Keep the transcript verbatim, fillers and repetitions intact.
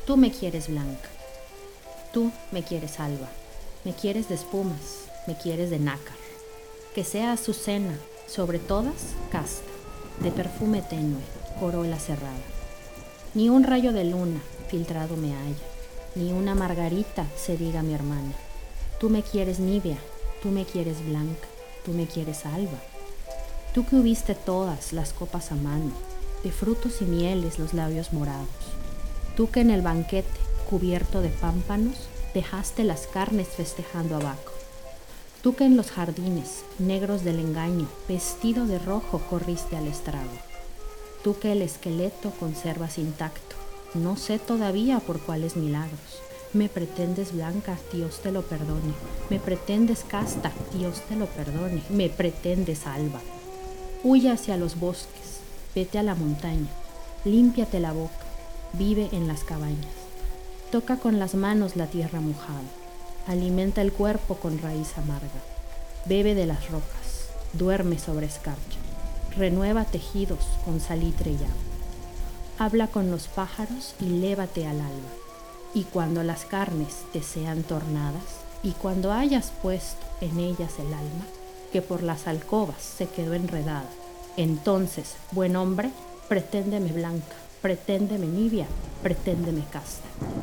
Tú me quieres blanca, tú me quieres alba, me quieres de espumas, me quieres de nácar. Que sea azucena, sobre todas, casta, de perfume tenue, corola cerrada. Ni un rayo de luna filtrado me halla, ni una margarita se diga mi hermana. Tú me quieres nibia, tú me quieres blanca, tú me quieres alba. Tú que hubiste todas las copas a mano, de frutos y mieles los labios morados. Tú que en el banquete, cubierto de pámpanos, dejaste las carnes festejando a Baco. Tú que en los jardines, negros del engaño, vestido de rojo corriste al estrago. Tú que el esqueleto conservas intacto, no sé todavía por cuáles milagros. Me pretendes blanca, Dios te lo perdone. Me pretendes casta, Dios te lo perdone. Me pretendes alba. Huye hacia los bosques, vete a la montaña, límpiate la boca, vive en las cabañas. Toca con las manos la tierra mojada, alimenta el cuerpo con raíz amarga. Bebe de las rocas, duerme sobre escarcha, renueva tejidos con salitre y agua. Habla con los pájaros y lévate al alba. Y cuando las carnes te sean tornadas, y cuando hayas puesto en ellas el alma, que por las alcobas se quedó enredada, entonces, buen hombre, preténdeme blanca, preténdeme nibia, preténdeme casta.